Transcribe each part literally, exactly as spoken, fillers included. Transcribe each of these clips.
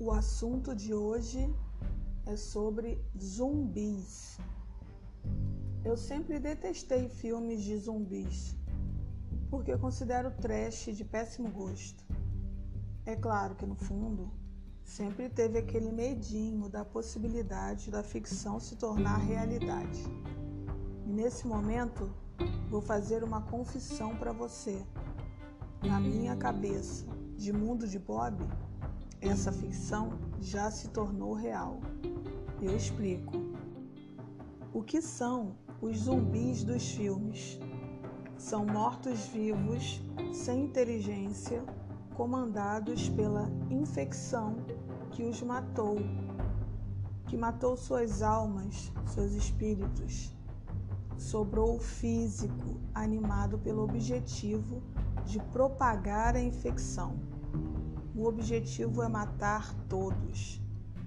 O assunto de hoje é sobre zumbis. Eu sempre detestei filmes de zumbis, porque considero trash de péssimo gosto. É claro que no fundo, sempre teve aquele medinho da possibilidade da ficção se tornar realidade. E nesse momento, vou fazer uma confissão para você. Na minha cabeça, de mundo de Bob, essa ficção já se tornou real. Eu explico. O que são os zumbis dos filmes? São mortos-vivos, sem inteligência, comandados pela infecção que os matou, que matou suas almas, seus espíritos. Sobrou o físico, animado pelo objetivo de propagar a infecção. O objetivo é matar todos.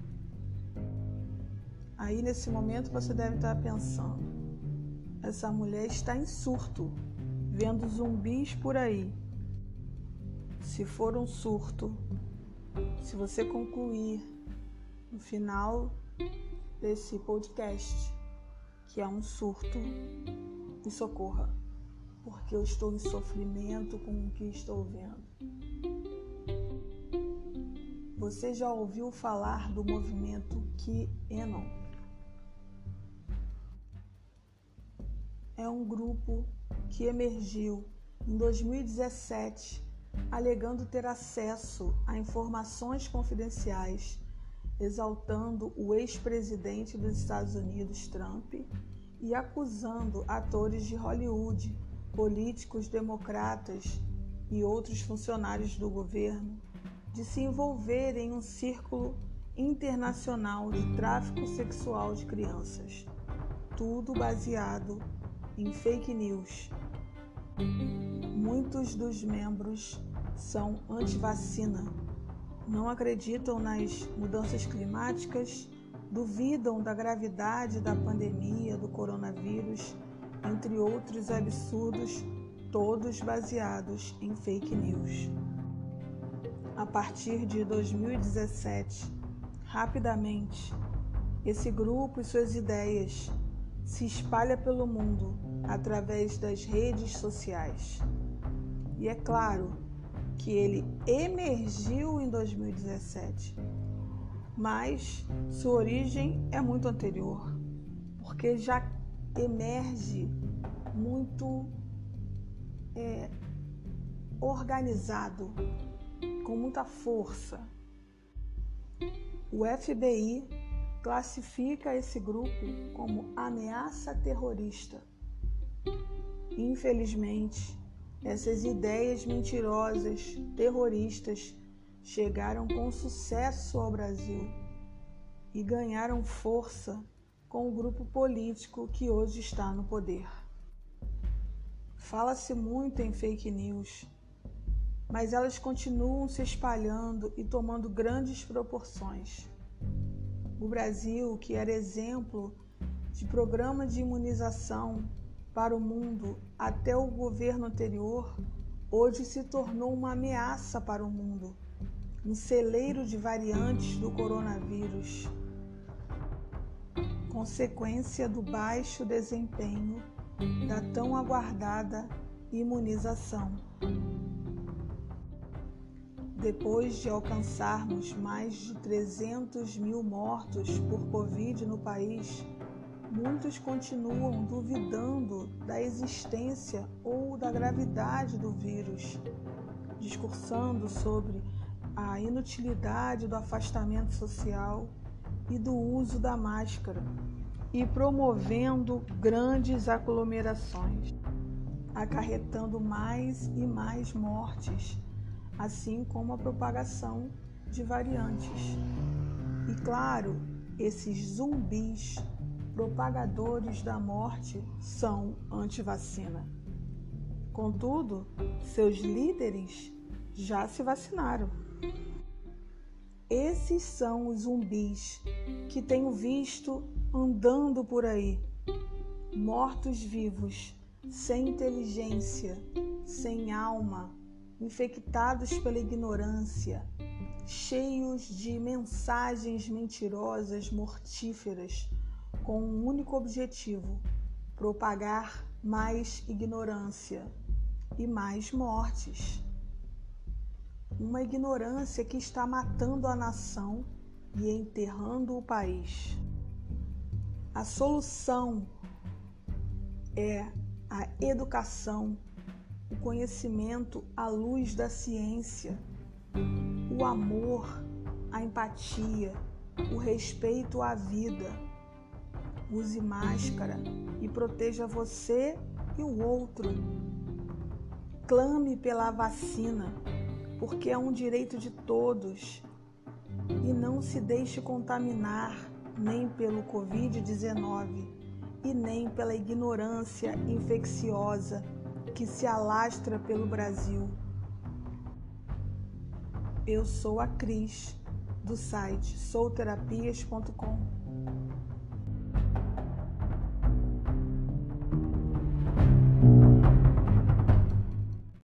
Aí, nesse momento, você deve estar pensando: essa mulher está em surto, vendo zumbis por aí. Se for um surto, se você concluir no final desse podcast que é um surto, me socorra, porque eu estou em sofrimento com o que estou vendo. Você já ouviu falar do movimento QAnon? É um grupo que emergiu em dois mil e dezessete, alegando ter acesso a informações confidenciais, exaltando o ex-presidente dos Estados Unidos, Trump, e acusando atores de Hollywood, políticos democratas e outros funcionários do governo de se envolverem em um círculo internacional de tráfico sexual de crianças. Tudo baseado em fake news. Muitos dos membros são anti-vacina, não acreditam nas mudanças climáticas, duvidam da gravidade da pandemia do coronavírus, entre outros absurdos, todos baseados em fake news. A partir de dois mil e dezessete, rapidamente, esse grupo e suas ideias se espalha pelo mundo através das redes sociais. E é claro que ele emergiu em dois mil e dezessete, mas sua origem é muito anterior, porque já emerge muito é, organizado, com muita força. O F B I classifica esse grupo como ameaça terrorista. Infelizmente, essas ideias mentirosas, terroristas, chegaram com sucesso ao Brasil e ganharam força com o grupo político que hoje está no poder. Fala-se muito em fake news, mas elas continuam se espalhando e tomando grandes proporções. O Brasil, que era exemplo de programa de imunização para o mundo até o governo anterior, hoje se tornou uma ameaça para o mundo, um celeiro de variantes do coronavírus, consequência do baixo desempenho da tão aguardada imunização. Depois de alcançarmos mais de trezentos mil mortos por Covid no país, muitos continuam duvidando da existência ou da gravidade do vírus, discursando sobre a inutilidade do afastamento social e do uso da máscara e promovendo grandes aglomerações, acarretando mais e mais mortes, assim como a propagação de variantes. E claro, esses zumbis propagadores da morte são anti-vacina. Contudo, seus líderes já se vacinaram. Esses são os zumbis que tenho visto andando por aí, mortos-vivos, sem inteligência, sem alma, infectados pela ignorância, cheios de mensagens mentirosas, mortíferas, com um único objetivo: propagar mais ignorância e mais mortes. Uma ignorância que está matando a nação e enterrando o país. A solução é a educação, o conhecimento à luz da ciência, o amor, a empatia, o respeito à vida. Use máscara e proteja você e o outro. Clame pela vacina, porque é um direito de todos. E não se deixe contaminar nem pelo covid dezenove e nem pela ignorância infecciosa que se alastra pelo Brasil. Eu sou a Cris, do site sou terapias ponto com.